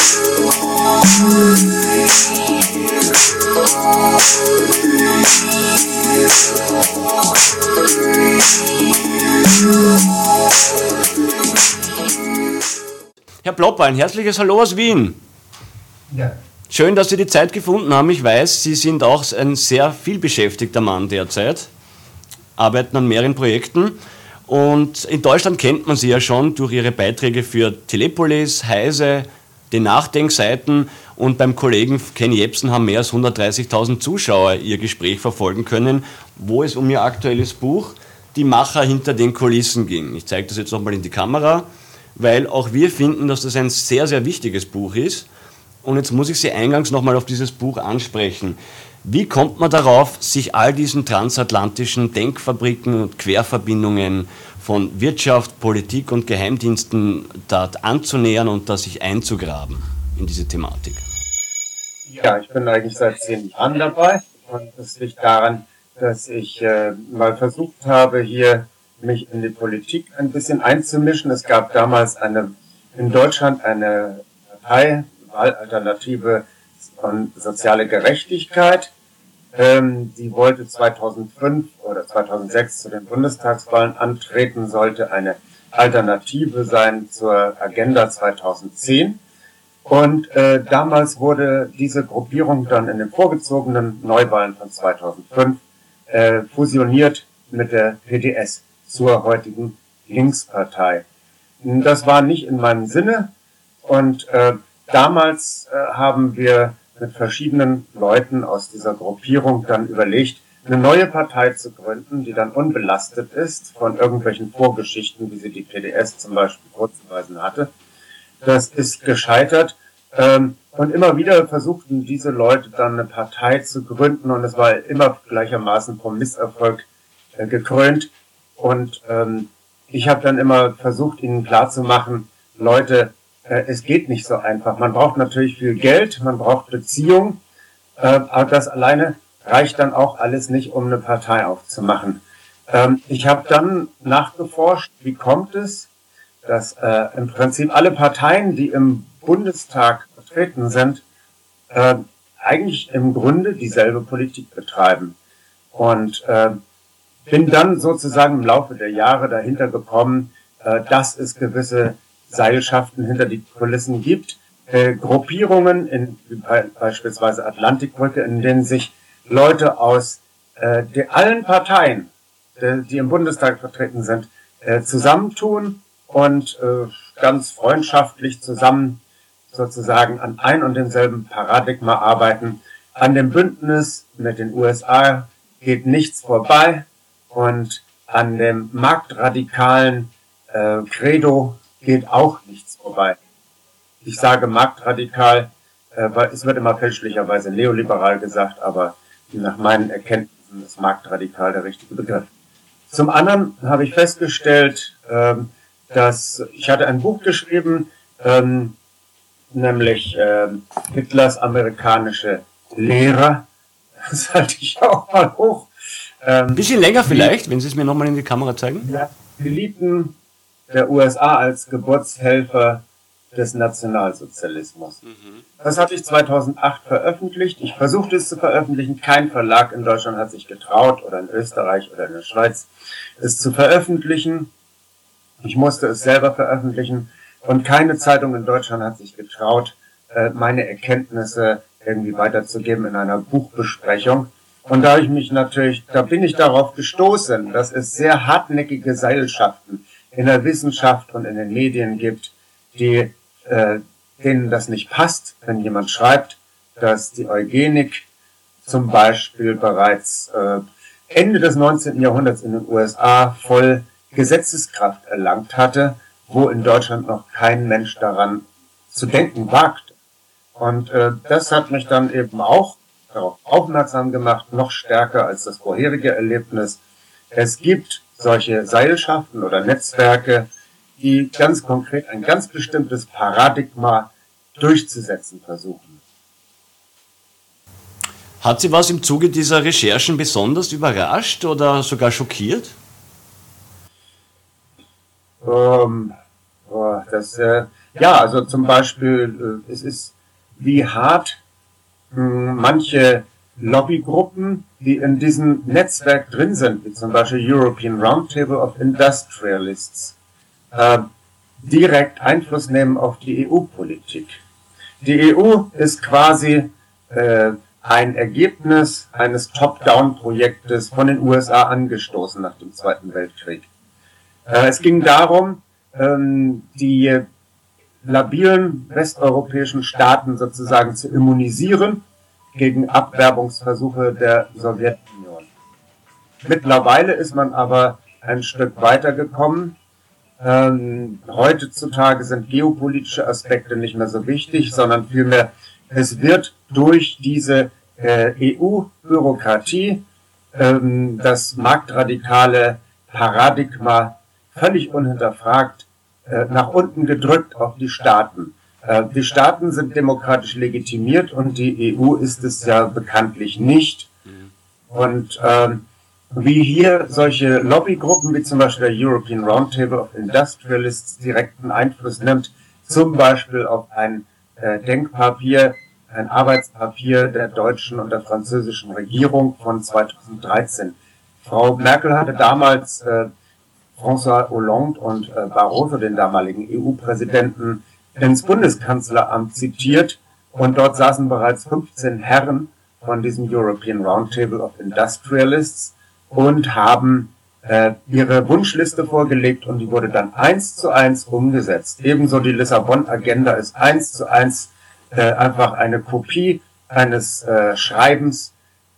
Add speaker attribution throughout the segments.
Speaker 1: Herr Plopper, ein herzliches Hallo aus Wien.
Speaker 2: Ja.
Speaker 1: Schön, dass Sie die Zeit gefunden haben. Ich weiß, Sie sind auch ein sehr vielbeschäftigter Mann derzeit, arbeiten an mehreren Projekten. Und in Deutschland kennt man Sie ja schon durch Ihre Beiträge für Telepolis, Heise, die Nachdenkseiten, und beim Kollegen Ken Jebsen haben mehr als 130.000 Zuschauer Ihr Gespräch verfolgen können, wo es um Ihr aktuelles Buch Die Macher hinter den Kulissen ging. Ich zeige das jetzt nochmal in die Kamera, weil auch wir finden, dass das ein sehr, sehr wichtiges Buch ist. Und jetzt muss ich Sie eingangs nochmal auf dieses Buch ansprechen. Wie kommt man darauf, sich all diesen transatlantischen Denkfabriken und Querverbindungen von Wirtschaft, Politik und Geheimdiensten dort anzunähern und da sich einzugraben in diese Thematik?
Speaker 2: Ja, ich bin eigentlich seit 10 Jahren dabei, und das liegt daran, dass ich mal versucht habe, hier mich in die Politik ein bisschen einzumischen. Es gab damals in Deutschland eine Partei, Wahlalternative und soziale Gerechtigkeit. Die wollte 2005 oder 2006 zu den Bundestagswahlen antreten, sollte eine Alternative sein zur Agenda 2010. Und damals wurde diese Gruppierung dann in den vorgezogenen Neuwahlen von 2005 fusioniert mit der PDS zur heutigen Linkspartei. Das war nicht in meinem Sinne, und damals haben wir mit verschiedenen Leuten aus dieser Gruppierung dann überlegt, eine neue Partei zu gründen, die dann unbelastet ist von irgendwelchen Vorgeschichten, wie sie die PDS zum Beispiel vorzuweisen hatte. Das ist gescheitert. Und immer wieder versuchten diese Leute dann eine Partei zu gründen, und es war immer gleichermaßen vom Misserfolg gekrönt. Und ich habe dann immer versucht, ihnen klarzumachen, Leute, es geht nicht so einfach. Man braucht natürlich viel Geld, man braucht Beziehung, aber das alleine reicht dann auch alles nicht, um eine Partei aufzumachen. Ich habe dann nachgeforscht, wie kommt es, dass im Prinzip alle Parteien, die im Bundestag vertreten sind, eigentlich im Grunde dieselbe Politik betreiben. Und bin dann sozusagen im Laufe der Jahre dahinter gekommen, dass es gewisse Seilschaften hinter die Kulissen gibt, Gruppierungen, beispielsweise Atlantikbrücke, in denen sich Leute aus allen Parteien, die im Bundestag vertreten sind, zusammentun und ganz freundschaftlich zusammen sozusagen an ein und demselben Paradigma arbeiten. An dem Bündnis mit den USA geht nichts vorbei, und an dem marktradikalen Credo geht auch nichts vorbei. Ich sage marktradikal, weil es wird immer fälschlicherweise neoliberal gesagt, aber nach meinen Erkenntnissen ist marktradikal der richtige Begriff. Zum anderen habe ich festgestellt, dass ich hatte ein Buch geschrieben, nämlich Hitlers amerikanische Lehrer. Das halte ich auch mal hoch.
Speaker 1: Ein bisschen länger vielleicht, wenn Sie es mir nochmal in die Kamera zeigen.
Speaker 2: Ja, Eliten der USA als Geburtshelfer des Nationalsozialismus. Das hatte ich 2008 veröffentlicht. Ich versuchte es zu veröffentlichen. Kein Verlag in Deutschland hat sich getraut, oder in Österreich oder in der Schweiz, es zu veröffentlichen. Ich musste es selber veröffentlichen, und keine Zeitung in Deutschland hat sich getraut, meine Erkenntnisse irgendwie weiterzugeben in einer Buchbesprechung. Und da bin ich darauf gestoßen, dass es sehr hartnäckige Seilschaften in der Wissenschaft und in den Medien gibt, denen das nicht passt, wenn jemand schreibt, dass die Eugenik zum Beispiel bereits Ende des 19. Jahrhunderts in den USA voll Gesetzeskraft erlangt hatte, wo in Deutschland noch kein Mensch daran zu denken wagte. Und das hat mich dann eben auch darauf aufmerksam gemacht, noch stärker als das vorherige Erlebnis. Es gibt solche Seilschaften oder Netzwerke, die ganz konkret ein ganz bestimmtes Paradigma durchzusetzen versuchen.
Speaker 1: Hat Sie was im Zuge dieser Recherchen besonders überrascht oder sogar schockiert?
Speaker 2: Ja, also zum Beispiel, es ist wie hart manche Lobbygruppen, die in diesem Netzwerk drin sind, wie zum Beispiel European Roundtable of Industrialists, direkt Einfluss nehmen auf die EU-Politik. Die EU ist quasi ein Ergebnis eines Top-Down-Projektes von den USA angestoßen nach dem Zweiten Weltkrieg. Es ging darum, die labilen westeuropäischen Staaten sozusagen zu immunisieren gegen Abwerbungsversuche der Sowjetunion. Mittlerweile ist man aber ein Stück weitergekommen. Heutzutage sind geopolitische Aspekte nicht mehr so wichtig, sondern vielmehr, es wird durch diese EU-Bürokratie das marktradikale Paradigma völlig unhinterfragt nach unten gedrückt auf die Staaten. Die Staaten sind demokratisch legitimiert und die EU ist es ja bekanntlich nicht. Und wie hier solche Lobbygruppen wie zum Beispiel der European Roundtable of Industrialists direkten Einfluss nimmt, zum Beispiel auf ein Denkpapier, ein Arbeitspapier der deutschen und der französischen Regierung von 2013. Frau Merkel hatte damals François Hollande und Barroso, den damaligen EU-Präsidenten, ins Bundeskanzleramt zitiert und dort saßen bereits 15 Herren von diesem European Roundtable of Industrialists und haben ihre Wunschliste vorgelegt und die wurde dann 1:1 umgesetzt. Ebenso die Lissabon-Agenda ist 1:1 einfach eine Kopie eines Schreibens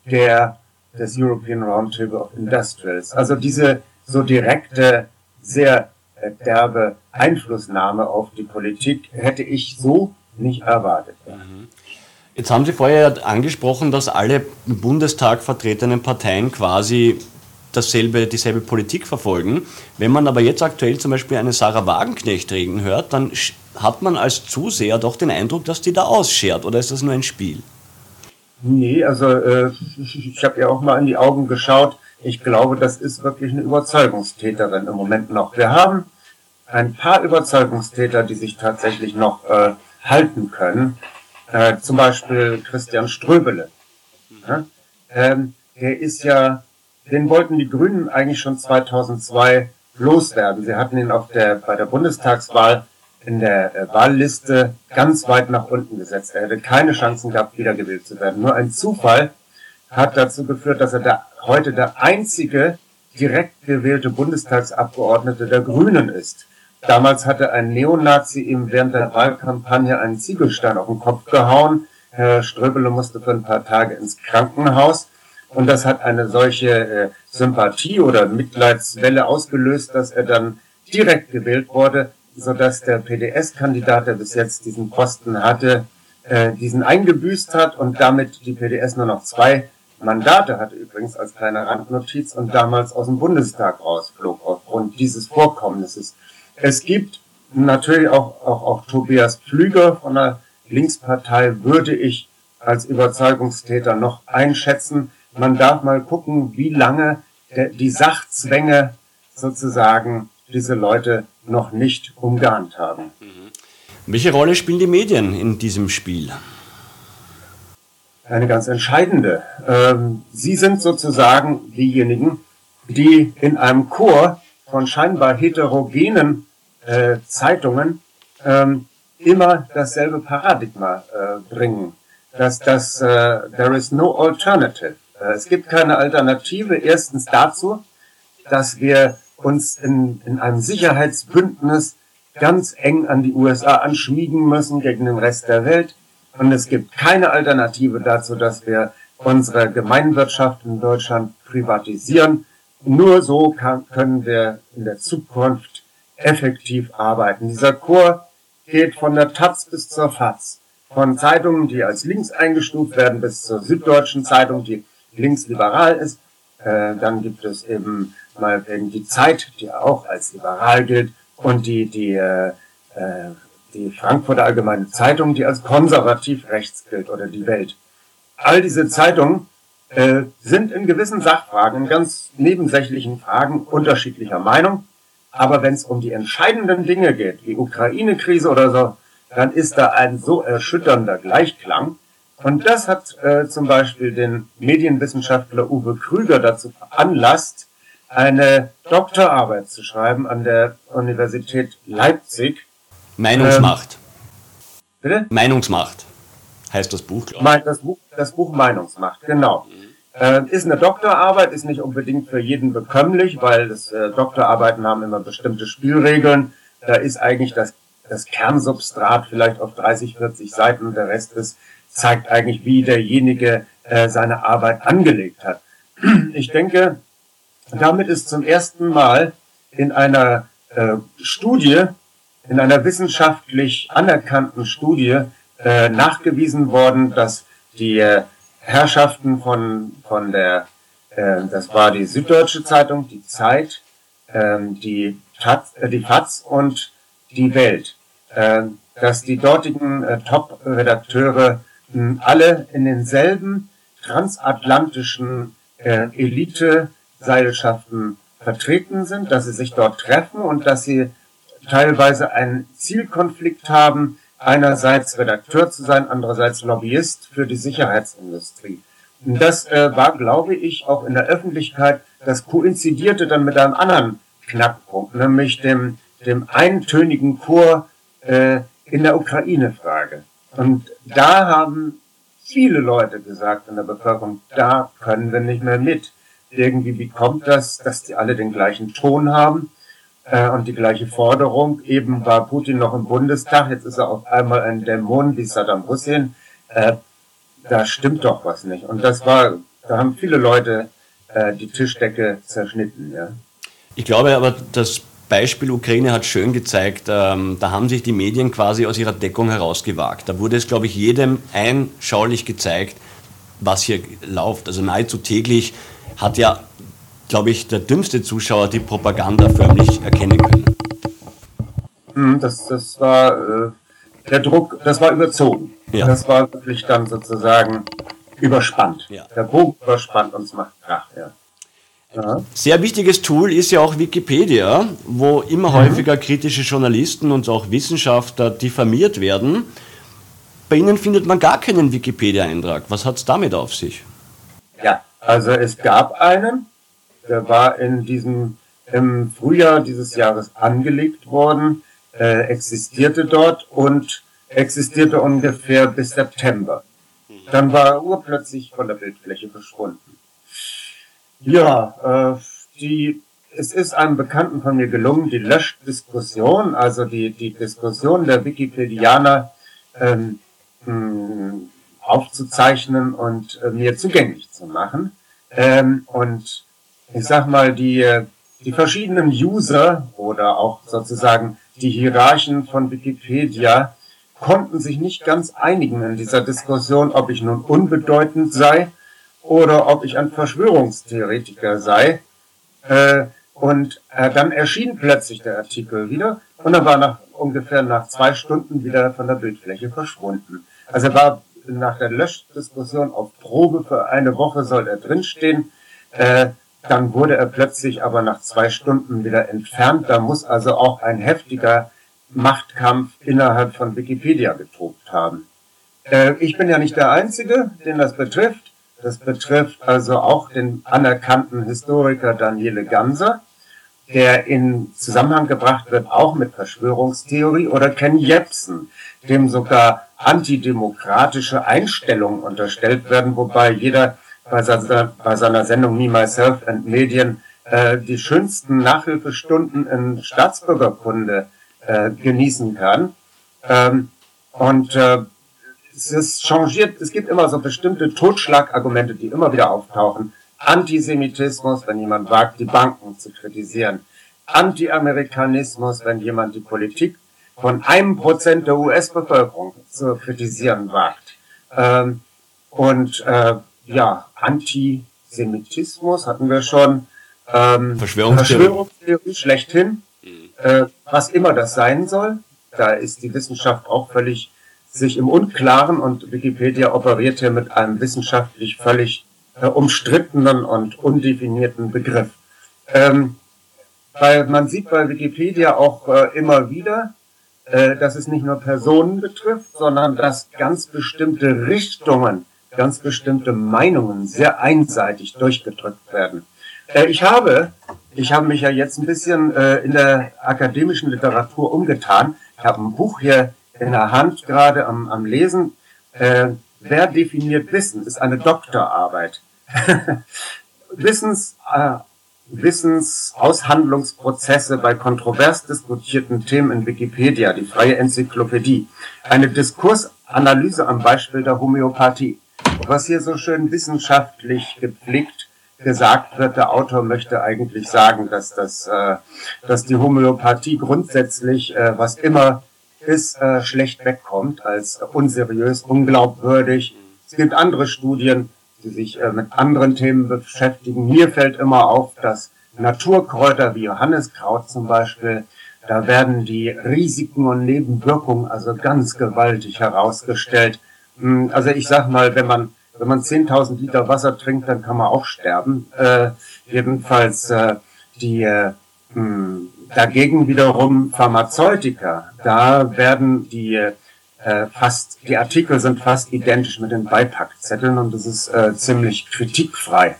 Speaker 2: des European Roundtable of Industrialists. Also diese so direkte, sehr derbe Einflussnahme auf die Politik hätte ich so nicht erwartet.
Speaker 1: Jetzt haben Sie vorher angesprochen, dass alle im Bundestag vertretenen Parteien quasi dieselbe Politik verfolgen. Wenn man aber jetzt aktuell zum Beispiel eine Sarah Wagenknecht reden hört, dann hat man als Zuseher doch den Eindruck, dass die da ausschert, oder ist das nur ein Spiel?
Speaker 2: Nee, also ich habe ja auch mal in die Augen geschaut. Ich glaube, das ist wirklich eine Überzeugungstäterin im Moment noch. Wir haben ein paar Überzeugungstäter, die sich tatsächlich noch halten können. Zum Beispiel Christian Ströbele. Ja? Der ist ja, den wollten die Grünen eigentlich schon 2002 loswerden. Sie hatten ihn bei der Bundestagswahl in der Wahlliste ganz weit nach unten gesetzt. Er hätte keine Chancen gehabt, wiedergewählt zu werden. Nur ein Zufall hat dazu geführt, dass er heute der einzige direkt gewählte Bundestagsabgeordnete der Grünen ist. Damals hatte ein Neonazi ihm während der Wahlkampagne einen Ziegelstein auf den Kopf gehauen. Herr Ströbele musste für ein paar Tage ins Krankenhaus. Und das hat eine solche Sympathie oder Mitleidswelle ausgelöst, dass er dann direkt gewählt wurde, sodass der PDS-Kandidat, der bis jetzt diesen Posten hatte, diesen eingebüßt hat und damit die PDS nur noch 2 Mandate hatte, übrigens als kleine Randnotiz, und damals aus dem Bundestag rausflog aufgrund dieses Vorkommnisses. Es gibt natürlich auch Tobias Pflüger von der Linkspartei, würde ich als Überzeugungstäter noch einschätzen. Man darf mal gucken, wie lange die Sachzwänge sozusagen diese Leute noch nicht umgarnt haben.
Speaker 1: Welche Rolle spielen die Medien in diesem Spiel?
Speaker 2: Eine ganz entscheidende. Sie sind sozusagen diejenigen, die in einem Chor von scheinbar heterogenen Zeitungen immer dasselbe Paradigma bringen. There is no alternative. Es gibt keine Alternative. Erstens dazu, dass wir uns in einem Sicherheitsbündnis ganz eng an die USA anschmiegen müssen gegen den Rest der Welt. Und es gibt keine Alternative dazu, dass wir unsere Gemeinwirtschaft in Deutschland privatisieren. Nur so können wir in der Zukunft effektiv arbeiten. Dieser Chor geht von der Taz bis zur FAZ. Von Zeitungen, die als links eingestuft werden, bis zur Süddeutschen Zeitung, die linksliberal ist. Dann gibt es eben mal die Zeit, die auch als liberal gilt, und die Frankfurter Allgemeine Zeitung, die als konservativ rechts gilt, oder die Welt. All diese Zeitungen sind in gewissen Sachfragen, in ganz nebensächlichen Fragen unterschiedlicher Meinung, Aber wenn es um die entscheidenden Dinge geht, wie Ukraine-Krise oder so, dann ist da ein so erschütternder Gleichklang. Und das hat zum Beispiel den Medienwissenschaftler Uwe Krüger dazu veranlasst, eine Doktorarbeit zu schreiben an der Universität Leipzig.
Speaker 1: Meinungsmacht.
Speaker 2: Bitte?
Speaker 1: Meinungsmacht heißt das Buch, glaube ich.
Speaker 2: Das Buch Meinungsmacht, genau. Ist eine Doktorarbeit, ist nicht unbedingt für jeden bekömmlich, weil Doktorarbeiten haben immer bestimmte Spielregeln. Da ist eigentlich das Kernsubstrat vielleicht auf 30, 40 Seiten und der Rest zeigt eigentlich, wie derjenige seine Arbeit angelegt hat. Ich denke, damit ist zum ersten Mal in einer Studie, in einer wissenschaftlich anerkannten Studie nachgewiesen worden, dass die Herrschaften das war die Süddeutsche Zeitung, die Zeit, die FAZ und die Welt, dass die dortigen Top-Redakteure alle in denselben transatlantischen Elite-Seilschaften vertreten sind, dass sie sich dort treffen und dass sie teilweise einen Zielkonflikt haben, einerseits Redakteur zu sein, andererseits Lobbyist für die Sicherheitsindustrie. Und das war, glaube ich, auch in der Öffentlichkeit, das koinzidierte dann mit einem anderen Knackpunkt, nämlich dem eintönigen Chor in der Ukraine-Frage. Und da haben viele Leute gesagt in der Bevölkerung, da können wir nicht mehr mit. Irgendwie, wie kommt das, dass die alle den gleichen Ton haben und die gleiche Forderung? Eben war Putin noch im Bundestag, jetzt ist er auf einmal ein Dämon wie Saddam Hussein. Da stimmt doch was nicht. Und da haben viele Leute die Tischdecke zerschnitten. Ja.
Speaker 1: Ich glaube aber, das Beispiel Ukraine hat schön gezeigt, da haben sich die Medien quasi aus ihrer Deckung herausgewagt. Da wurde es, glaube ich, jedem einschaulich gezeigt, was hier läuft. Also nahezu täglich hat ja, glaube ich, der dümmste Zuschauer die Propaganda förmlich erkennen können.
Speaker 2: Das war der Druck, das war überzogen. Ja. Das war wirklich dann sozusagen überspannt. Ja. Der Bogen überspannt und es macht Krach. Ja. Ja.
Speaker 1: Sehr wichtiges Tool ist ja auch Wikipedia, wo immer häufiger kritische Journalisten und auch Wissenschaftler diffamiert werden. Bei Ihnen findet man gar keinen Wikipedia-Eintrag. Was hat es damit auf sich?
Speaker 2: Ja, also es gab einen, der war im Frühjahr dieses Jahres angelegt worden, existierte dort und existierte ungefähr bis September. Dann war er urplötzlich von der Bildfläche verschwunden. Ja, es ist einem Bekannten von mir gelungen, die Löschdiskussion, also die Diskussion der Wikipedianer aufzuzeichnen und mir zugänglich zu machen. Und ich sag mal, die verschiedenen User oder auch sozusagen die Hierarchen von Wikipedia konnten sich nicht ganz einigen in dieser Diskussion, ob ich nun unbedeutend sei oder ob ich ein Verschwörungstheoretiker sei. Und dann erschien plötzlich der Artikel wieder und dann war ungefähr nach 2 Stunden wieder von der Bildfläche verschwunden. Also er war nach der Löschdiskussion auf Probe für eine Woche soll er drinstehen. Dann wurde er plötzlich aber nach 2 Stunden wieder entfernt. Da muss also auch ein heftiger Machtkampf innerhalb von Wikipedia getobt haben. Ich bin ja nicht der Einzige, den das betrifft. Das betrifft also auch den anerkannten Historiker Daniele Ganser, der in Zusammenhang gebracht wird auch mit Verschwörungstheorie, oder Ken Jebsen, dem sogar antidemokratische Einstellungen unterstellt werden, wobei jeder bei seiner Sendung Me, Myself and Medien die schönsten Nachhilfestunden in Staatsbürgerkunde genießen kann. Es gibt immer so bestimmte Totschlagargumente, die immer wieder auftauchen. Antisemitismus, wenn jemand wagt, die Banken zu kritisieren. Anti-Amerikanismus, wenn jemand die Politik von 1% der US-Bevölkerung zu kritisieren wagt. Antisemitismus hatten wir schon. Verschwörungstheorie schlechthin. Was immer das sein soll. Da ist die Wissenschaft auch völlig sich im Unklaren und Wikipedia operiert hier mit einem wissenschaftlich völlig umstrittenen und undefinierten Begriff. weil man sieht bei Wikipedia auch immer wieder, dass es nicht nur Personen betrifft, sondern dass ganz bestimmte Richtungen, ganz bestimmte Meinungen sehr einseitig durchgedrückt werden. Ich habe mich ja jetzt ein bisschen in der akademischen Literatur umgetan. Ich habe ein Buch hier in der Hand gerade am Lesen. Wer definiert Wissen? Ist eine Doktorarbeit. Wissensaushandlungsprozesse bei kontrovers diskutierten Themen in Wikipedia, die freie Enzyklopädie. Eine Diskursanalyse am Beispiel der Homöopathie. Was hier so schön wissenschaftlich gepflegt gesagt wird, der Autor möchte eigentlich sagen, dass die Homöopathie grundsätzlich, was immer ist, schlecht wegkommt, als unseriös, unglaubwürdig. Es gibt andere Studien, die sich mit anderen Themen beschäftigen. Mir fällt immer auf, dass Naturkräuter wie Johanniskraut zum Beispiel, da werden die Risiken und Nebenwirkungen also ganz gewaltig herausgestellt. Also ich sag mal, wenn man 10.000 Liter Wasser trinkt, dann kann man auch sterben. Jedenfalls dagegen wiederum Pharmazeutika, da werden die Artikel sind fast identisch mit den Beipackzetteln und das ist ziemlich kritikfrei.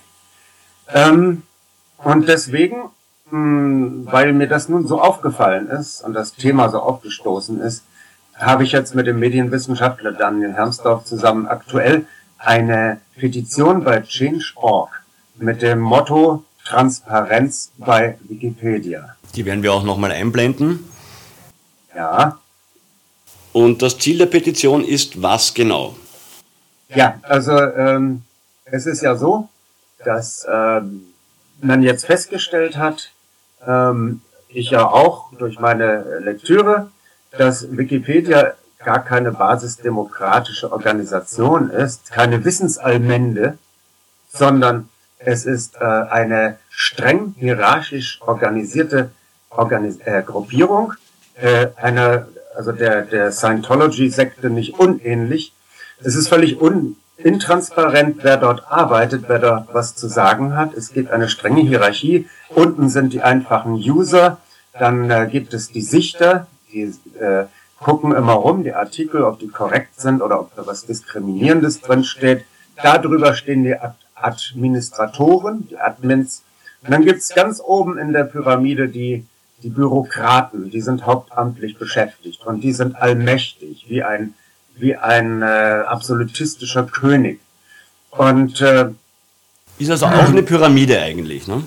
Speaker 2: Und deswegen, weil mir das nun so aufgefallen ist und das Thema so aufgestoßen ist, habe ich jetzt mit dem Medienwissenschaftler Daniel Hermsdorf zusammen aktuell eine Petition bei Change.org mit dem Motto Transparenz bei Wikipedia.
Speaker 1: Die werden wir auch nochmal einblenden.
Speaker 2: Ja.
Speaker 1: Und das Ziel der Petition ist was genau?
Speaker 2: Ja, also es ist ja so, dass man jetzt festgestellt hat, ich ja auch durch meine Lektüre, dass Wikipedia gar keine basisdemokratische Organisation ist, keine Wissensallmende, sondern es ist eine streng hierarchisch organisierte Gruppierung, also der Scientology-Sekte nicht unähnlich. Es ist völlig intransparent, wer dort arbeitet, wer dort was zu sagen hat. Es gibt eine strenge Hierarchie. Unten sind die einfachen User, dann gibt es die Sichter, die gucken immer rum, die Artikel, ob die korrekt sind oder ob da was Diskriminierendes drin steht. Darüber stehen die Administratoren, die Admins. Und dann gibt's ganz oben in der Pyramide die Bürokraten, die sind hauptamtlich beschäftigt und die sind allmächtig, wie ein absolutistischer König. Und
Speaker 1: ist also auch eine Pyramide eigentlich, ne?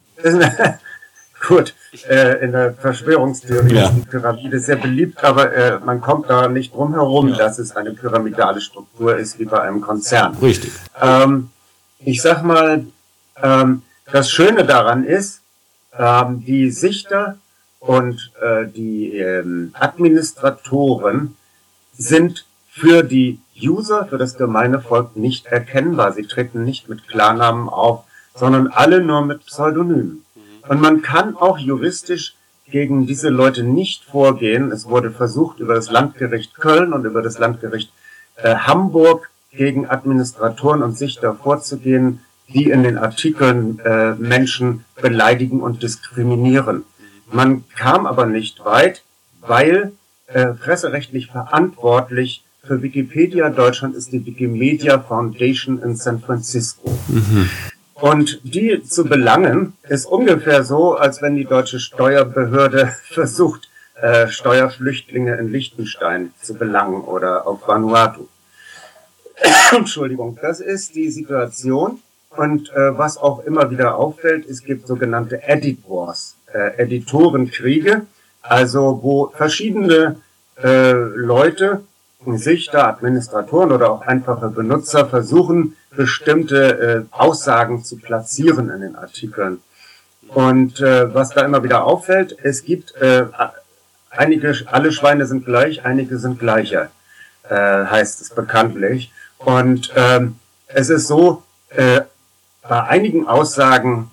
Speaker 2: Gut, in der Verschwörungstheorie ist die Pyramide sehr beliebt, aber man kommt da nicht drum herum, dass es eine pyramidale Struktur ist, wie bei einem Konzern.
Speaker 1: Richtig.
Speaker 2: Ich sag mal, das Schöne daran ist, die Sichter und die Administratoren sind für die User, für das gemeine Volk nicht erkennbar. Sie treten nicht mit Klarnamen auf, sondern alle nur mit Pseudonymen. Und man kann auch juristisch gegen diese Leute nicht vorgehen. Es wurde versucht, über das Landgericht Köln und über das Landgericht Hamburg gegen Administratoren und Sichter vorzugehen, die in den Artikeln Menschen beleidigen und diskriminieren. Man kam aber nicht weit, weil presserechtlich verantwortlich für Wikipedia Deutschland ist die Wikimedia Foundation in San Francisco. Mhm. Und die zu belangen, ist ungefähr so, als wenn die deutsche Steuerbehörde versucht, Steuerflüchtlinge in Liechtenstein zu belangen oder auf Vanuatu. Entschuldigung, das ist die Situation. Und was auch immer wieder auffällt, es gibt sogenannte Edit Wars, Editorenkriege, also wo verschiedene Leute, Sichter, Administratoren oder auch einfache Benutzer versuchen, bestimmte Aussagen zu platzieren in den Artikeln. Und was da immer wieder auffällt, es gibt alle Schweine sind gleich, einige sind gleicher, heißt es bekanntlich. Und es ist so, bei einigen Aussagen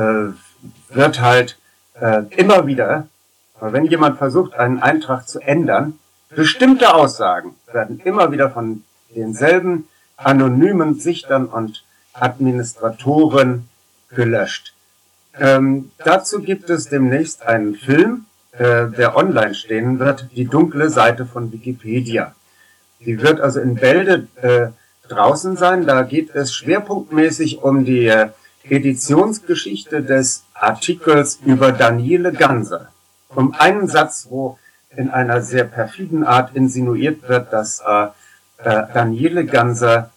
Speaker 2: wird halt immer wieder, wenn jemand versucht, einen Eintrag zu ändern, bestimmte Aussagen werden immer wieder von denselben anonymen Sichtern und Administratoren gelöscht. Dazu gibt es demnächst einen Film, der online stehen wird, die dunkle Seite von Wikipedia. Die wird also in Bälde draußen sein. Da geht es schwerpunktmäßig um die Editionsgeschichte des Artikels über Daniele Ganser. Um einen Satz, wo in einer sehr perfiden Art insinuiert wird, dass Daniele Ganser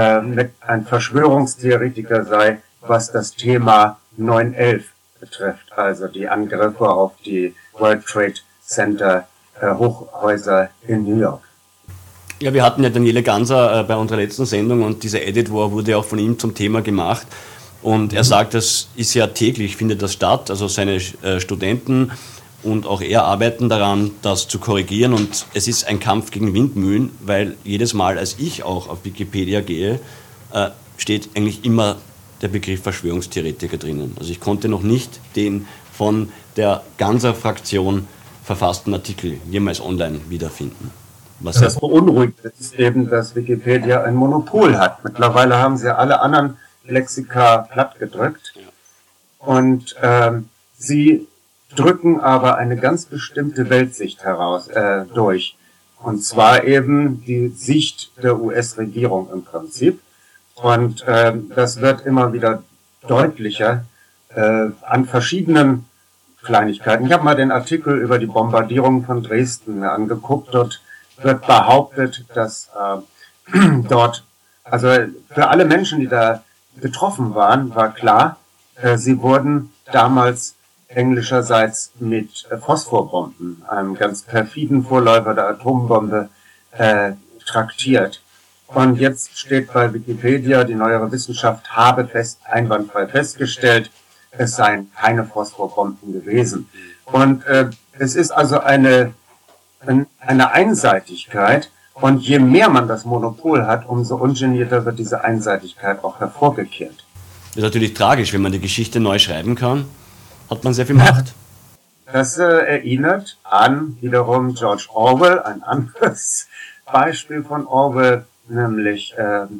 Speaker 2: ein Verschwörungstheoretiker sei, was das Thema 9/11 betrifft, also die Angriffe auf die World Trade Center Hochhäuser in New York.
Speaker 1: Ja, wir hatten ja Daniele Ganser bei unserer letzten Sendung und dieser Edit War wurde auch von ihm zum Thema gemacht. Und er sagt, das ist ja täglich, findet das statt, also seine Studenten und auch er arbeiten daran, das zu korrigieren. Und es ist ein Kampf gegen Windmühlen, weil jedes Mal, als ich auch auf Wikipedia gehe, steht eigentlich immer der Begriff Verschwörungstheoretiker drinnen. Also ich konnte noch nicht den von der Ganser-Fraktion verfassten Artikel jemals online wiederfinden.
Speaker 2: Das beunruhigt ist eben, dass Wikipedia ein Monopol hat. Mittlerweile haben sie alle anderen Lexika plattgedrückt. Und sie drücken aber eine ganz bestimmte Weltsicht durch. Und zwar eben die Sicht der US-Regierung im Prinzip. Und das wird immer wieder deutlicher an verschiedenen Kleinigkeiten. Ich habe mal den Artikel über die Bombardierung von Dresden mir angeguckt. Dort wird behauptet, dass dort, also für alle Menschen, die da betroffen waren, war klar, sie wurden damals englischerseits mit Phosphorbomben, einem ganz perfiden Vorläufer der Atombombe, traktiert. Und jetzt steht bei Wikipedia, die neuere Wissenschaft habe einwandfrei festgestellt, es seien keine Phosphorbomben gewesen. Und es ist also eine Einseitigkeit. Und je mehr man das Monopol hat, umso ungenierter wird diese Einseitigkeit auch hervorgekehrt.
Speaker 1: Das ist natürlich tragisch, wenn man die Geschichte neu schreiben kann, hat man sehr viel Macht.
Speaker 2: Das erinnert an wiederum George Orwell, ein anderes Beispiel von Orwell, nämlich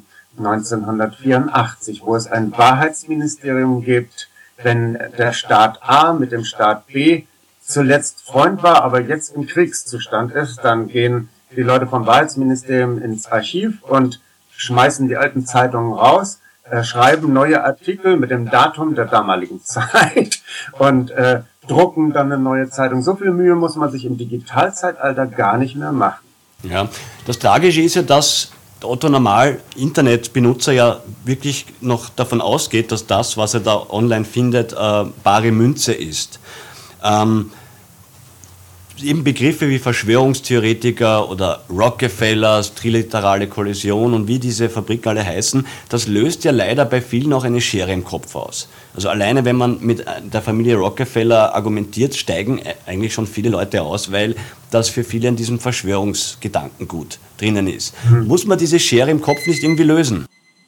Speaker 2: 1984, wo es ein Wahrheitsministerium gibt, wenn der Staat A mit dem Staat B zuletzt Freund war, aber jetzt im Kriegszustand ist, dann gehen die Leute vom Wahrheitsministerium ins Archiv und schmeißen die alten Zeitungen raus, schreiben neue Artikel mit dem Datum der damaligen Zeit und drucken dann eine neue Zeitung. So viel Mühe muss man sich im Digitalzeitalter gar nicht mehr machen.
Speaker 1: Ja, das Tragische ist ja, dass der Otto-Normal-Internetbenutzer ja wirklich noch davon ausgeht, dass das, was er da online findet, bare Münze ist. Eben Begriffe wie Verschwörungstheoretiker oder Rockefellers, triliterale Kollision und wie diese Fabriken alle heißen, das löst ja leider bei vielen auch eine Schere im Kopf aus. Also alleine wenn man mit der Familie Rockefeller argumentiert, steigen eigentlich schon viele Leute aus, weil das für viele in diesem Verschwörungsgedankengut drinnen ist. Muss man diese Schere im Kopf nicht irgendwie lösen?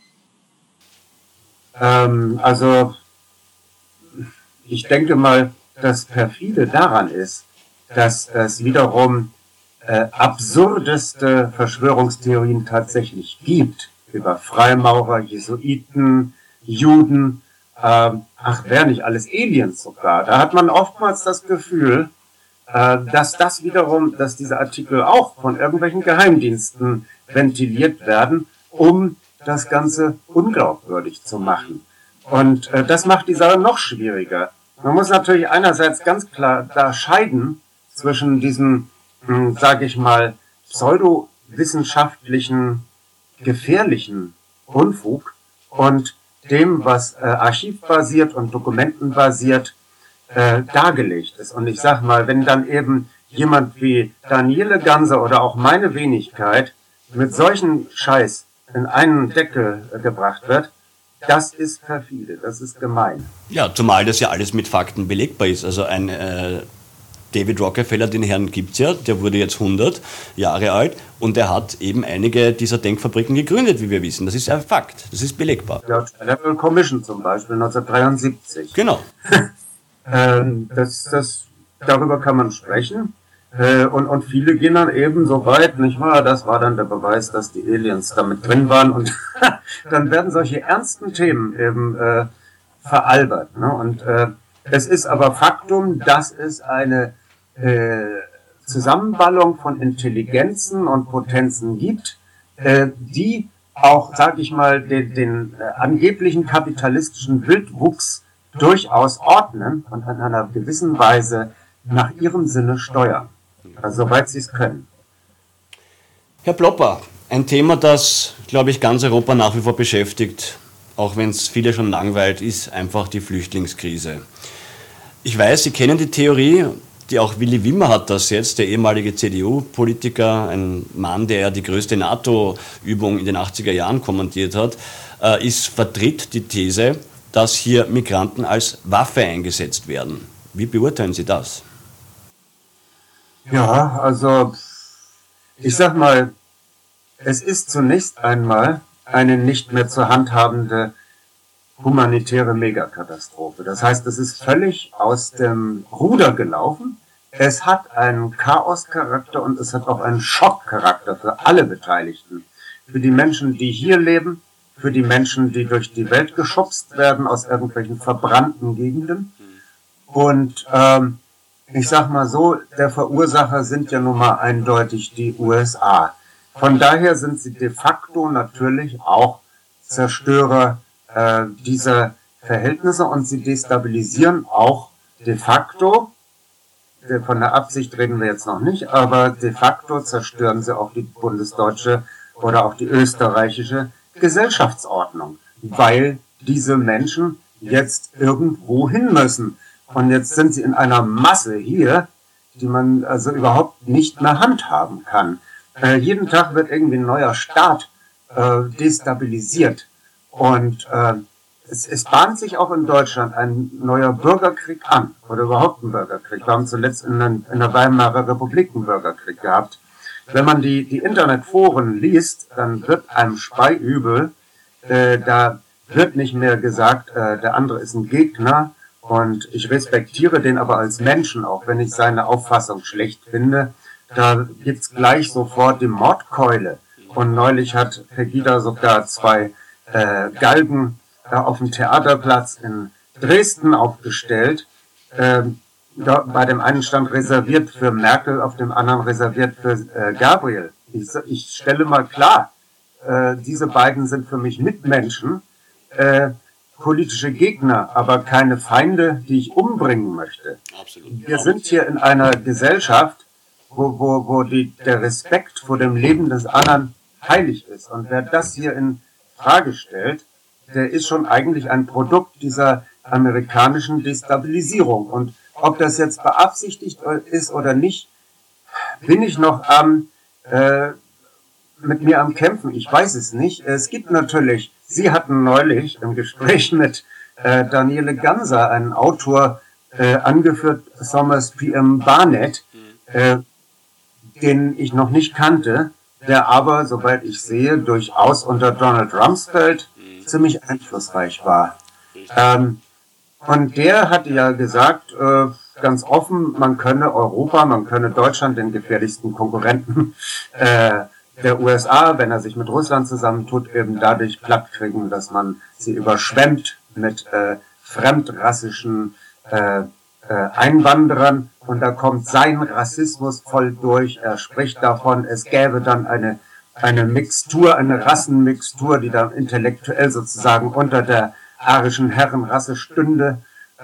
Speaker 2: Also ich denke mal, das perfide daran ist, dass es wiederum absurdeste Verschwörungstheorien tatsächlich gibt, über Freimaurer, Jesuiten, Juden, wer nicht alles, Aliens sogar. Da hat man oftmals das Gefühl, dass diese Artikel auch von irgendwelchen Geheimdiensten ventiliert werden, um das Ganze unglaubwürdig zu machen. Und das macht die Sache noch schwieriger. Man muss natürlich einerseits ganz klar da scheiden zwischen diesem, sage ich mal, pseudowissenschaftlichen, gefährlichen Unfug und dem, was archivbasiert und dokumentenbasiert dargelegt ist. Und ich sag mal, wenn dann eben jemand wie Daniele Ganser oder auch meine Wenigkeit mit solchen Scheiß in einen Deckel gebracht wird, das ist perfide, das ist gemein.
Speaker 1: Ja, zumal das ja alles mit Fakten belegbar ist. Also ein David Rockefeller, den Herrn gibt's ja, der wurde jetzt 100 Jahre alt und er hat eben einige dieser Denkfabriken gegründet, wie wir wissen. Das ist ein Fakt, das ist belegbar.
Speaker 2: Ja, Level Commission zum Beispiel, 1973.
Speaker 1: Genau.
Speaker 2: Darüber kann man sprechen. Und viele gehen dann eben so weit, nicht wahr? Das war dann der Beweis, dass die Aliens damit drin waren. Und dann werden solche ernsten Themen eben veralbert. Ne? Und es ist aber Faktum, dass es eine Zusammenballung von Intelligenzen und Potenzen gibt, die auch, sag ich mal, den angeblichen kapitalistischen Wildwuchs durchaus ordnen und in einer gewissen Weise nach ihrem Sinne steuern, also soweit sie es können.
Speaker 1: Herr Plopper, ein Thema, das, glaube ich, ganz Europa nach wie vor beschäftigt, auch wenn es viele schon langweilt, ist einfach die Flüchtlingskrise. Ich weiß, Sie kennen die Theorie, die auch Willy Wimmer hat das jetzt, der ehemalige CDU-Politiker, ein Mann, der ja die größte NATO-Übung in den 80er Jahren kommandiert hat, vertritt die These, dass hier Migranten als Waffe eingesetzt werden. Wie beurteilen Sie das?
Speaker 2: Ja, also ich sag mal, es ist zunächst einmal eine nicht mehr zu handhabende humanitäre Megakatastrophe. Das heißt, es ist völlig aus dem Ruder gelaufen. Es hat einen Chaoscharakter und es hat auch einen Schockcharakter für alle Beteiligten. Für die Menschen, die hier leben, für die Menschen, die durch die Welt geschubst werden aus irgendwelchen verbrannten Gegenden. Und ich sag mal so, der Verursacher sind ja nun mal eindeutig die USA. Von daher sind sie de facto natürlich auch Zerstörer dieser Verhältnisse und sie destabilisieren auch de facto, von der Absicht reden wir jetzt noch nicht, aber de facto zerstören sie auch die bundesdeutsche oder auch die österreichische Gesellschaftsordnung, weil diese Menschen jetzt irgendwo hin müssen. Und jetzt sind sie in einer Masse hier, die man also überhaupt nicht mehr handhaben kann. Jeden Tag wird irgendwie ein neuer Staat destabilisiert. Und es bahnt sich auch in Deutschland ein neuer Bürgerkrieg an, oder überhaupt ein Bürgerkrieg. Wir haben zuletzt in der Weimarer Republik einen Bürgerkrieg gehabt. Wenn man die Internetforen liest, dann wird einem speiübel. Da wird nicht mehr gesagt, der andere ist ein Gegner. Und ich respektiere den aber als Menschen, auch wenn ich seine Auffassung schlecht finde. Da gibt's gleich sofort die Mordkeule. Und neulich hat Pegida sogar 2 Galgen auf dem Theaterplatz in Dresden aufgestellt. Bei dem einen stand reserviert für Merkel, auf dem anderen reserviert für Gabriel. Ich stelle mal klar, diese beiden sind für mich Mitmenschen, politische Gegner, aber keine Feinde, die ich umbringen möchte. Absolut. Wir sind hier in einer Gesellschaft, wo der Respekt vor dem Leben des anderen heilig ist. Und wer das hier in Frage stellt, der ist schon eigentlich ein Produkt dieser amerikanischen Destabilisierung. Und ob das jetzt beabsichtigt ist oder nicht, bin ich noch mit mir am Kämpfen. Ich weiß es nicht. Es gibt natürlich, Sie hatten neulich im Gespräch mit Daniele Ganser, einen Autor, angeführt, Thomas P.M. Barnett, den ich noch nicht kannte, der aber, soweit ich sehe, durchaus unter Donald Rumsfeld ziemlich einflussreich war. Und der hatte ja gesagt, ganz offen, man könne Europa, man könne Deutschland, den gefährlichsten Konkurrenten der USA, wenn er sich mit Russland zusammentut, eben dadurch platt kriegen, dass man sie überschwemmt mit fremdrassischen Einwanderern. Und da kommt sein Rassismus voll durch. Er spricht davon, es gäbe dann eine Mixtur, eine Rassenmixtur, die dann intellektuell sozusagen unter der arischen Herrenrasse stünde,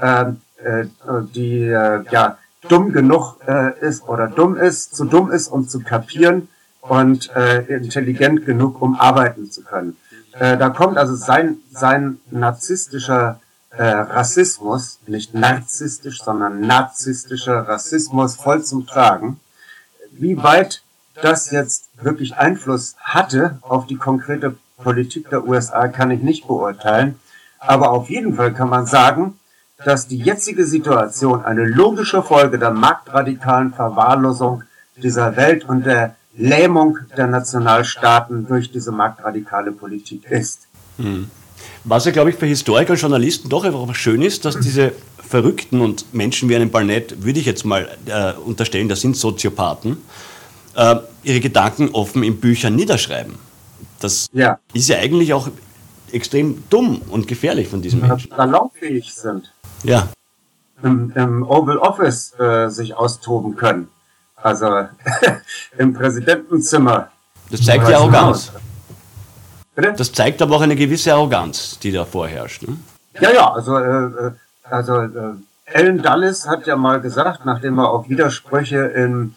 Speaker 2: die ja dumm genug ist oder zu dumm ist, um zu kapieren und intelligent genug, um arbeiten zu können. Da kommt also sein narzisstischer Rassismus, nicht narzisstisch, sondern narzisstischer Rassismus voll zum Tragen. Wie weit das jetzt wirklich Einfluss hatte auf die konkrete Politik der USA, kann ich nicht beurteilen. Aber auf jeden Fall kann man sagen, dass die jetzige Situation eine logische Folge der marktradikalen Verwahrlosung dieser Welt und der Lähmung der Nationalstaaten durch diese marktradikale Politik ist.
Speaker 1: Was ja, glaube ich, für Historiker und Journalisten doch einfach schön ist, dass diese Verrückten und Menschen wie einen Barnett, würde ich jetzt mal unterstellen, das sind Soziopathen, ihre Gedanken offen in Büchern niederschreiben. Das ist ja eigentlich auch extrem dumm und gefährlich von diesen Menschen.
Speaker 2: Salonfähig sind.
Speaker 1: Ja.
Speaker 2: Im Oval Office sich austoben können. Also im Präsidentenzimmer.
Speaker 1: Das zeigt die Arroganz.
Speaker 2: Bitte?
Speaker 1: Das zeigt aber auch eine gewisse Arroganz, die da vorherrscht. Ne?
Speaker 2: Ja, also Alan Dulles hat ja mal gesagt, nachdem er auf Widersprüche im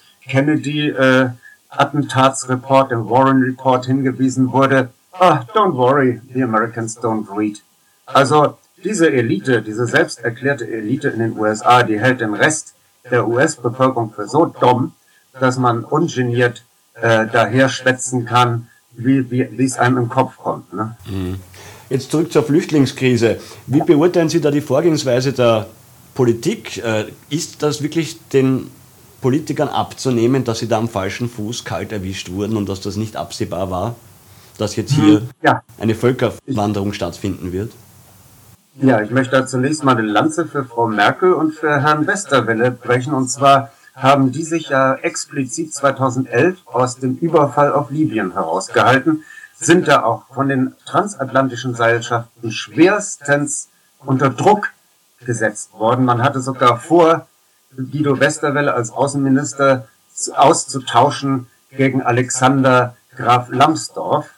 Speaker 2: Kennedy-Attentatsreport, im Warren Report hingewiesen wurde, don't worry, the Americans don't read. Also diese Elite, diese selbst erklärte Elite in den USA, die hält den Rest der US-Bevölkerung für so dumm, dass man ungeniert daher schwätzen kann, wie es einem im Kopf kommt. Ne?
Speaker 1: Jetzt zurück zur Flüchtlingskrise. Wie beurteilen Sie da die Vorgehensweise der Politik? Ist das wirklich den Politikern abzunehmen, dass sie da am falschen Fuß kalt erwischt wurden und dass das nicht absehbar war, dass jetzt hier eine Völkerwanderung stattfinden wird?
Speaker 2: Ja, ich möchte da zunächst mal eine Lanze für Frau Merkel und für Herrn Westerwelle brechen. Und zwar haben die sich ja explizit 2011 aus dem Überfall auf Libyen herausgehalten, sind da auch von den transatlantischen Seilschaften schwerstens unter Druck gesetzt worden. Man hatte sogar vor, Guido Westerwelle als Außenminister auszutauschen gegen Alexander Graf Lambsdorff.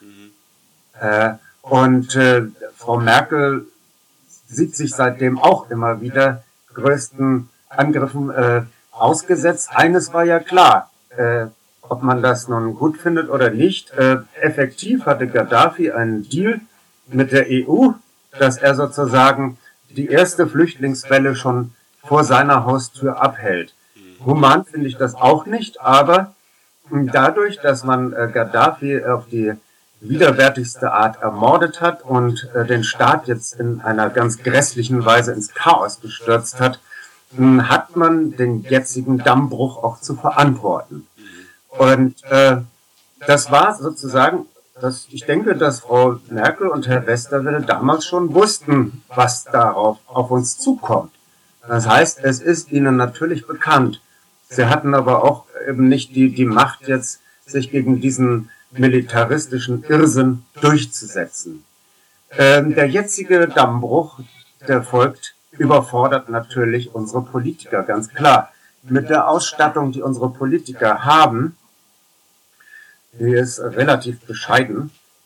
Speaker 2: Frau Merkel sieht sich seitdem auch immer wieder größten Angriffen ausgesetzt. Eines war ja klar, ob man das nun gut findet oder nicht. Effektiv hatte Gaddafi einen Deal mit der EU, dass er sozusagen die erste Flüchtlingswelle schon vor seiner Haustür abhält. Human finde ich das auch nicht, aber dadurch, dass man Gaddafi auf die widerwärtigste Art ermordet hat und den Staat jetzt in einer ganz grässlichen Weise ins Chaos gestürzt hat, hat man den jetzigen Dammbruch auch zu verantworten. Und das war sozusagen, ich denke, dass Frau Merkel und Herr Westerwelle damals schon wussten, was darauf auf uns zukommt. Das heißt, es ist ihnen natürlich bekannt. Sie hatten aber auch eben nicht die Macht jetzt, sich gegen diesen militaristischen Irrsinn durchzusetzen. Der jetzige Dammbruch, der folgt, überfordert natürlich unsere Politiker, ganz klar. Mit der Ausstattung, die unsere Politiker haben, die ist relativ bescheiden,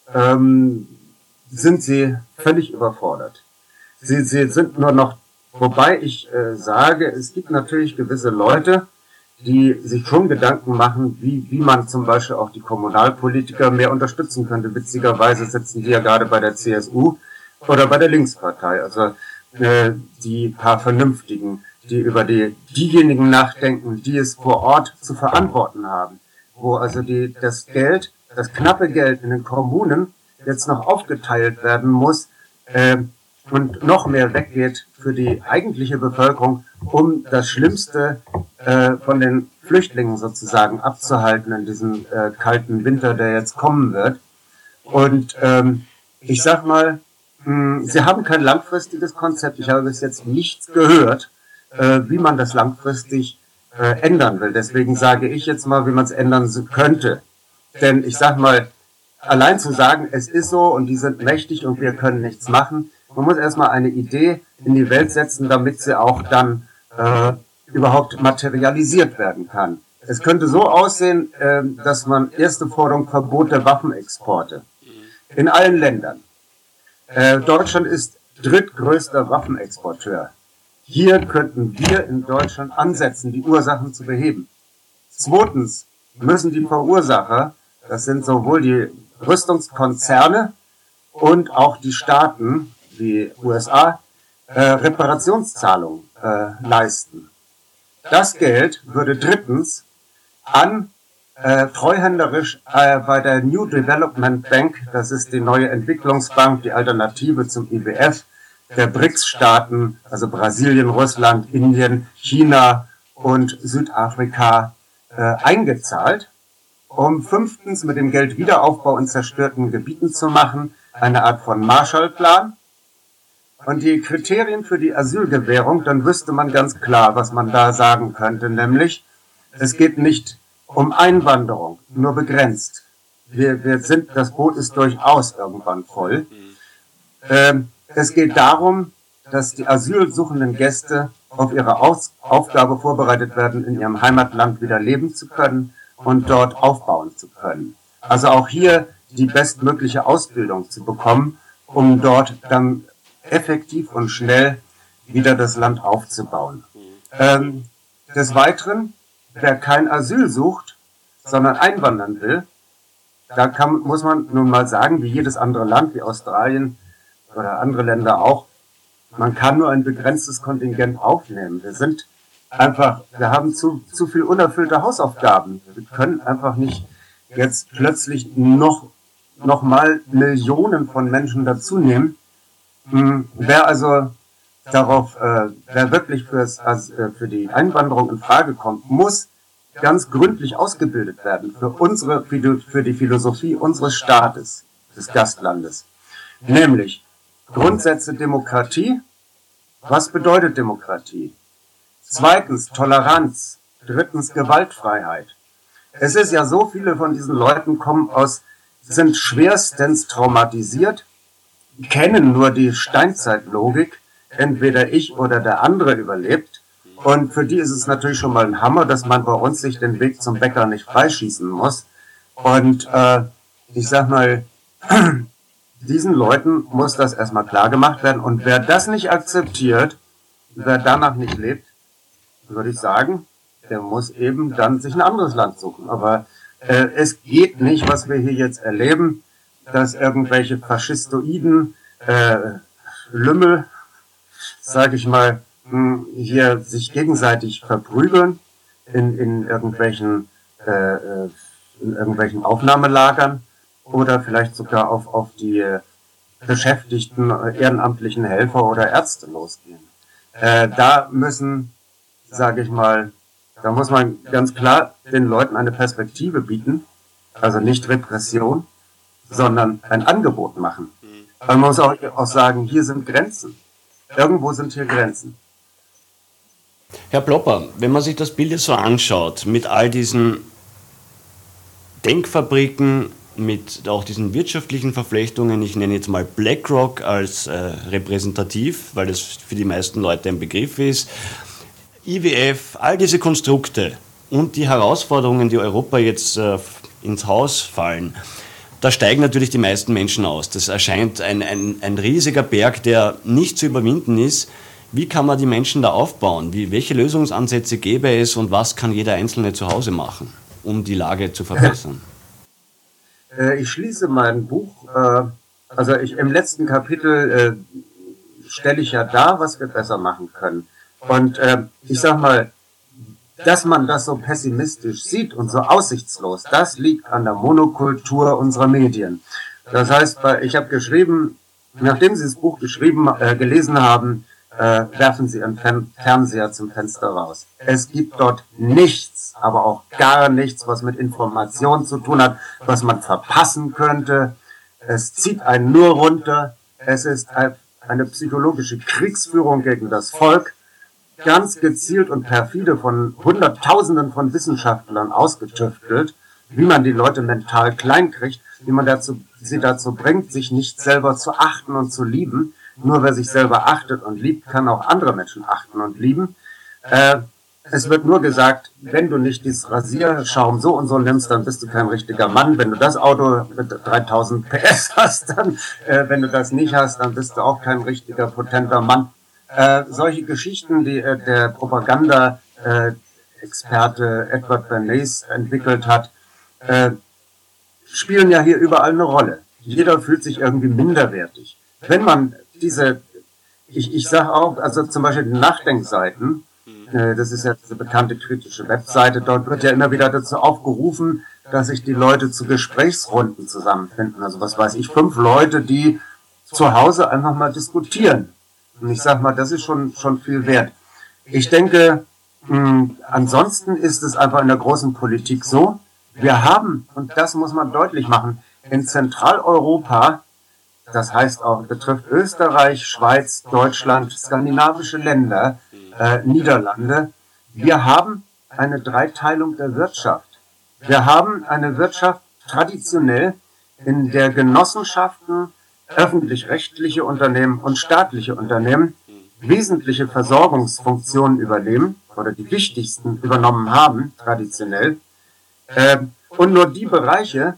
Speaker 2: sind sie völlig überfordert. Sie sind nur noch, wobei ich sage, es gibt natürlich gewisse Leute, die sich schon Gedanken machen, wie man zum Beispiel auch die Kommunalpolitiker mehr unterstützen könnte. Witzigerweise sitzen die ja gerade bei der CSU oder bei der Linkspartei. Also die paar Vernünftigen, die über diejenigen nachdenken, die es vor Ort zu verantworten haben. Wo also das knappe Geld in den Kommunen jetzt noch aufgeteilt werden muss und noch mehr weggeht für die eigentliche Bevölkerung, um das Schlimmste von den Flüchtlingen sozusagen abzuhalten in diesem kalten Winter, der jetzt kommen wird. Und ich sag mal, sie haben kein langfristiges Konzept. Ich habe bis jetzt nichts gehört, wie man das langfristig ändern will. Deswegen sage ich jetzt mal, wie man es ändern könnte. Denn ich sag mal, allein zu sagen, es ist so und die sind mächtig und wir können nichts machen, man muss erstmal eine Idee in die Welt setzen, damit sie auch dann überhaupt materialisiert werden kann. Es könnte so aussehen, dass man erste Forderung Verbot der Waffenexporte in allen Ländern. Deutschland ist drittgrößter Waffenexporteur. Hier könnten wir in Deutschland ansetzen, die Ursachen zu beheben. Zweitens müssen die Verursacher, das sind sowohl die Rüstungskonzerne und auch die Staaten wie USA, Reparationszahlungen leisten. Das Geld würde drittens treuhänderisch bei der New Development Bank, das ist die neue Entwicklungsbank, die Alternative zum IWF, der BRICS-Staaten, also Brasilien, Russland, Indien, China und Südafrika, eingezahlt, um fünftens mit dem Geld Wiederaufbau in zerstörten Gebieten zu machen, eine Art von Marshallplan. Und die Kriterien für die Asylgewährung, dann wüsste man ganz klar, was man da sagen könnte, nämlich, es geht nicht um Einwanderung, nur begrenzt. Das Boot ist durchaus irgendwann voll. Es geht darum, dass die asylsuchenden Gäste auf ihre Aufgabe vorbereitet werden, in ihrem Heimatland wieder leben zu können und dort aufbauen zu können. Also auch hier die bestmögliche Ausbildung zu bekommen, um dort dann effektiv und schnell wieder das Land aufzubauen. Des Weiteren, wer kein Asyl sucht, sondern einwandern will, muss man nun mal sagen, wie jedes andere Land, wie Australien oder andere Länder auch, man kann nur ein begrenztes Kontingent aufnehmen. Wir haben zu viel unerfüllte Hausaufgaben. Wir können einfach nicht jetzt plötzlich noch mal Millionen von Menschen dazu nehmen. Wer wirklich für die Einwanderung in Frage kommt, muss ganz gründlich ausgebildet werden für die Philosophie unseres Staates, des Gastlandes. Nämlich Grundsätze Demokratie. Was bedeutet Demokratie? Zweitens Toleranz. Drittens Gewaltfreiheit. Es ist ja so, viele von diesen Leuten sind schwerstens traumatisiert, kennen nur die Steinzeitlogik, entweder ich oder der andere überlebt. Und für die ist es natürlich schon mal ein Hammer, dass man bei uns sich den Weg zum Bäcker nicht freischießen muss. Und ich sag mal, diesen Leuten muss das erstmal klar gemacht werden. Und wer das nicht akzeptiert, wer danach nicht lebt, würde ich sagen, der muss eben dann sich ein anderes Land suchen. Aber es geht nicht, was wir hier jetzt erleben, dass irgendwelche faschistoiden Lümmel, sage ich mal, hier sich gegenseitig verprügeln in irgendwelchen Aufnahmelagern oder vielleicht sogar auf die beschäftigten ehrenamtlichen Helfer oder Ärzte losgehen. Da muss man ganz klar den Leuten eine Perspektive bieten, also nicht Repression, sondern ein Angebot machen. Man muss auch sagen, hier sind Grenzen. Irgendwo sind hier Grenzen.
Speaker 1: Herr Plopper, wenn man sich das Bild jetzt so anschaut, mit all diesen Denkfabriken, mit auch diesen wirtschaftlichen Verflechtungen, ich nenne jetzt mal BlackRock als repräsentativ, weil das für die meisten Leute ein Begriff ist, IWF, all diese Konstrukte und die Herausforderungen, die Europa jetzt ins Haus fallen, da steigen natürlich die meisten Menschen aus. Das erscheint ein riesiger Berg, der nicht zu überwinden ist. Wie kann man die Menschen da aufbauen? Welche Lösungsansätze gäbe es und was kann jeder Einzelne zu Hause machen, um die Lage zu verbessern?
Speaker 2: Ich schließe mein Buch, im letzten Kapitel stelle ich ja dar, was wir besser machen können. Und ich sag mal, dass man das so pessimistisch sieht und so aussichtslos, das liegt an der Monokultur unserer Medien. Das heißt, ich habe geschrieben, nachdem Sie das Buch gelesen haben, werfen Sie Ihren Fernseher zum Fenster raus. Es gibt dort nichts, aber auch gar nichts, was mit Information zu tun hat, was man verpassen könnte. Es zieht einen nur runter. Es ist eine psychologische Kriegsführung gegen das Volk, ganz gezielt und perfide von Hunderttausenden von Wissenschaftlern ausgetüftelt, wie man die Leute mental klein kriegt, wie man sie dazu bringt, sich nicht selber zu achten und zu lieben. Nur wer sich selber achtet und liebt, kann auch andere Menschen achten und lieben. Es wird nur gesagt, wenn du nicht dieses Rasierschaum so und so nimmst, dann bist du kein richtiger Mann. Wenn du das Auto mit 3000 PS hast, dann, wenn du das nicht hast, dann bist du auch kein richtiger, potenter Mann. Solche Geschichten, die der Propaganda-Experte Edward Bernays entwickelt hat, spielen ja hier überall eine Rolle. Jeder fühlt sich irgendwie minderwertig. Wenn man ich sage auch, also zum Beispiel die Nachdenkseiten, das ist ja diese bekannte kritische Webseite, dort wird ja immer wieder dazu aufgerufen, dass sich die Leute zu Gesprächsrunden zusammenfinden. Also was weiß ich, 5 Leute, die zu Hause einfach mal diskutieren. Und ich sag mal, das ist schon viel wert. Ich denke, ansonsten ist es einfach in der großen Politik so, wir haben, und das muss man deutlich machen, in Zentraleuropa, das heißt auch, betrifft Österreich, Schweiz, Deutschland, skandinavische Länder, Niederlande, wir haben eine Dreiteilung der Wirtschaft. Wir haben eine Wirtschaft traditionell, in der Genossenschaften öffentlich-rechtliche Unternehmen und staatliche Unternehmen wesentliche Versorgungsfunktionen übernehmen oder die wichtigsten übernommen haben, traditionell. Und nur die Bereiche,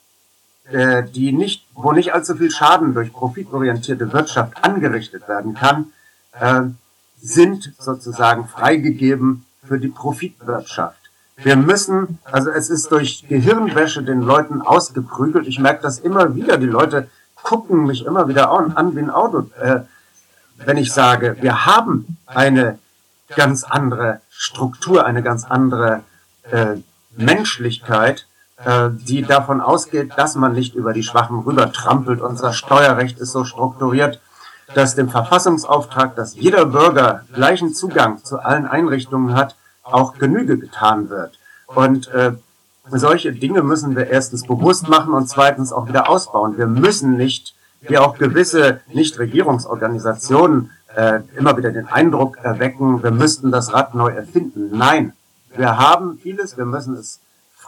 Speaker 2: wo nicht allzu viel Schaden durch profitorientierte Wirtschaft angerichtet werden kann, sind sozusagen freigegeben für die Profitwirtschaft. Wir müssen, also es ist durch Gehirnwäsche den Leuten ausgeprügelt. Ich merke das immer wieder. Die Leute gucken mich immer wieder an wie ein Auto, wenn ich sage, wir haben eine ganz andere Struktur, eine ganz andere Menschlichkeit, die davon ausgeht, dass man nicht über die Schwachen rübertrampelt. Unser Steuerrecht ist so strukturiert, dass dem Verfassungsauftrag, dass jeder Bürger gleichen Zugang zu allen Einrichtungen hat, auch Genüge getan wird. Und solche Dinge müssen wir erstens bewusst machen und zweitens auch wieder ausbauen. Wir müssen nicht, wie auch gewisse Nichtregierungsorganisationen immer wieder den Eindruck erwecken, wir müssten das Rad neu erfinden. Nein, wir haben vieles, wir müssen es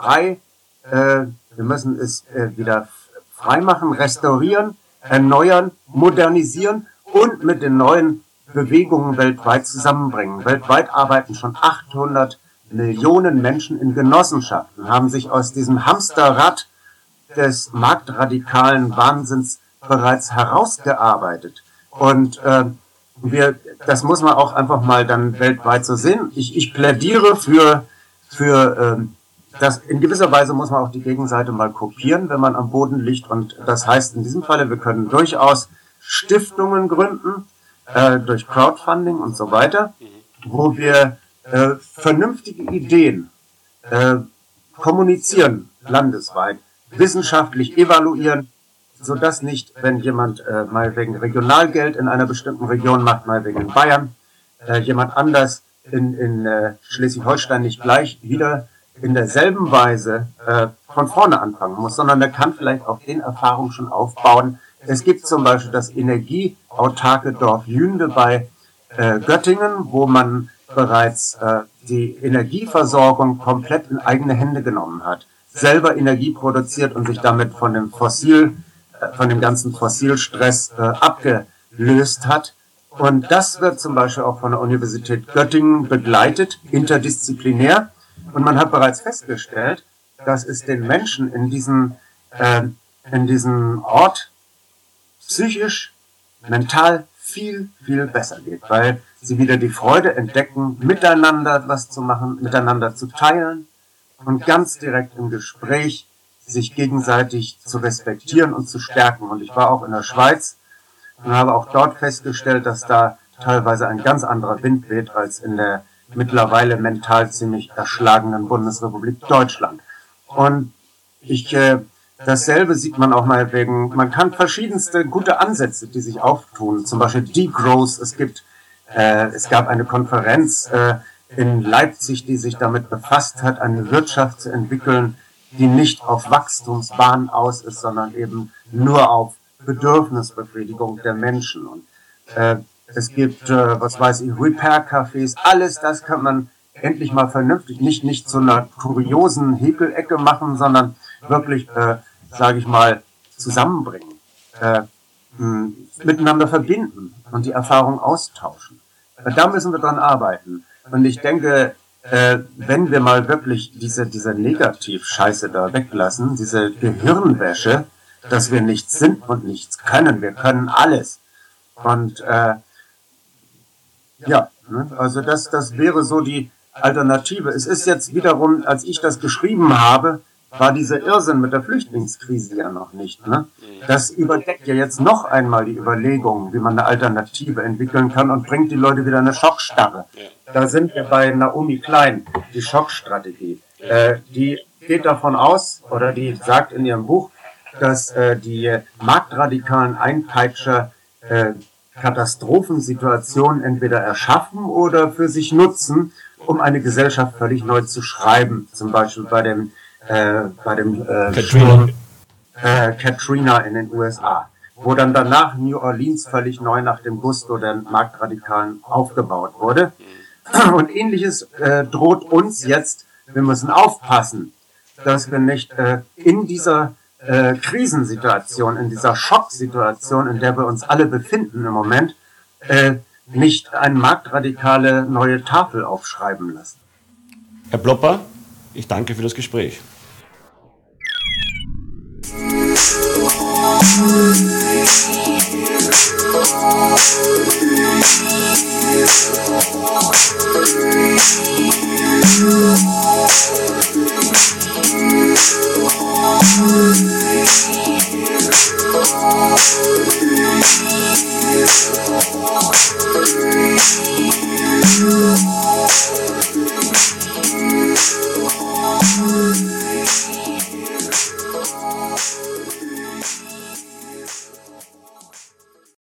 Speaker 2: wieder frei machen, restaurieren, erneuern, modernisieren und mit den neuen Bewegungen weltweit zusammenbringen. Weltweit arbeiten schon 800 Millionen Menschen in Genossenschaften, haben sich aus diesem Hamsterrad des marktradikalen Wahnsinns bereits herausgearbeitet. Und das muss man auch einfach mal dann weltweit so sehen. Ich plädiere für das. In gewisser Weise muss man auch die Gegenseite mal kopieren, wenn man am Boden liegt. Und das heißt in diesem Falle, wir können durchaus Stiftungen gründen, durch Crowdfunding und so weiter, wo wir vernünftige Ideen kommunizieren landesweit, wissenschaftlich evaluieren, sodass nicht, wenn jemand mal wegen Regionalgeld in einer bestimmten Region macht, mal wegen in Bayern, jemand anders in Schleswig-Holstein nicht gleich wieder in derselben Weise von vorne anfangen muss, sondern der kann vielleicht auch den Erfahrungen schon aufbauen. Es gibt zum Beispiel das energieautarke Dorf Jünde bei Göttingen, wo man bereits die Energieversorgung komplett in eigene Hände genommen hat, selber Energie produziert und sich damit von dem ganzen Fossilstress abgelöst hat. Und das wird zum Beispiel auch von der Universität Göttingen begleitet, interdisziplinär. Und man hat bereits festgestellt, dass es den Menschen in diesem Ort psychisch, mental viel, viel besser geht, weil sie wieder die Freude entdecken, miteinander was zu machen, miteinander zu teilen und ganz direkt im Gespräch sich gegenseitig zu respektieren und zu stärken. Und ich war auch in der Schweiz und habe auch dort festgestellt, dass da teilweise ein ganz anderer Wind weht als in der mittlerweile mental ziemlich erschlagenen Bundesrepublik Deutschland. Und dasselbe sieht man auch mal man kann verschiedenste gute Ansätze, die sich auftun, zum Beispiel Degrowth. Es gab eine Konferenz in Leipzig, die sich damit befasst hat, eine Wirtschaft zu entwickeln, die nicht auf Wachstumsbahn aus ist, sondern eben nur auf Bedürfnisbefriedigung der Menschen. Und es gibt, Repair-Cafés, alles das kann man endlich mal vernünftig, nicht zu einer kuriosen Häkelecke machen, sondern wirklich, zusammenbringen, miteinander verbinden und die Erfahrung austauschen. Da müssen wir dran arbeiten. Und ich denke, wenn wir mal wirklich diese Negativ-Scheiße da weglassen, diese Gehirnwäsche, dass wir nichts sind und nichts können, wir können alles. Und also das wäre so die Alternative. Es ist jetzt wiederum, als ich das geschrieben habe, war dieser Irrsinn mit der Flüchtlingskrise ja noch nicht. Ne? Das überdeckt ja jetzt noch einmal die Überlegungen, wie man eine Alternative entwickeln kann und bringt die Leute wieder in eine Schockstarre. Da sind wir bei Naomi Klein, die Schockstrategie. Die geht davon aus, oder die sagt in ihrem Buch, dass die marktradikalen Einpeitscher Katastrophensituationen entweder erschaffen oder für sich nutzen, um eine Gesellschaft völlig neu zu schreiben. Zum Beispiel bei dem Katrina in den USA, wo dann danach New Orleans völlig neu nach dem Gusto der Marktradikalen aufgebaut wurde. Und Ähnliches droht uns jetzt. Wir müssen aufpassen, dass wir nicht in dieser Krisensituation, in dieser Schocksituation, in der wir uns alle befinden im Moment, nicht eine marktradikale neue Tafel aufschreiben lassen.
Speaker 1: Herr Plopper, ich danke für das Gespräch.
Speaker 3: Yeah.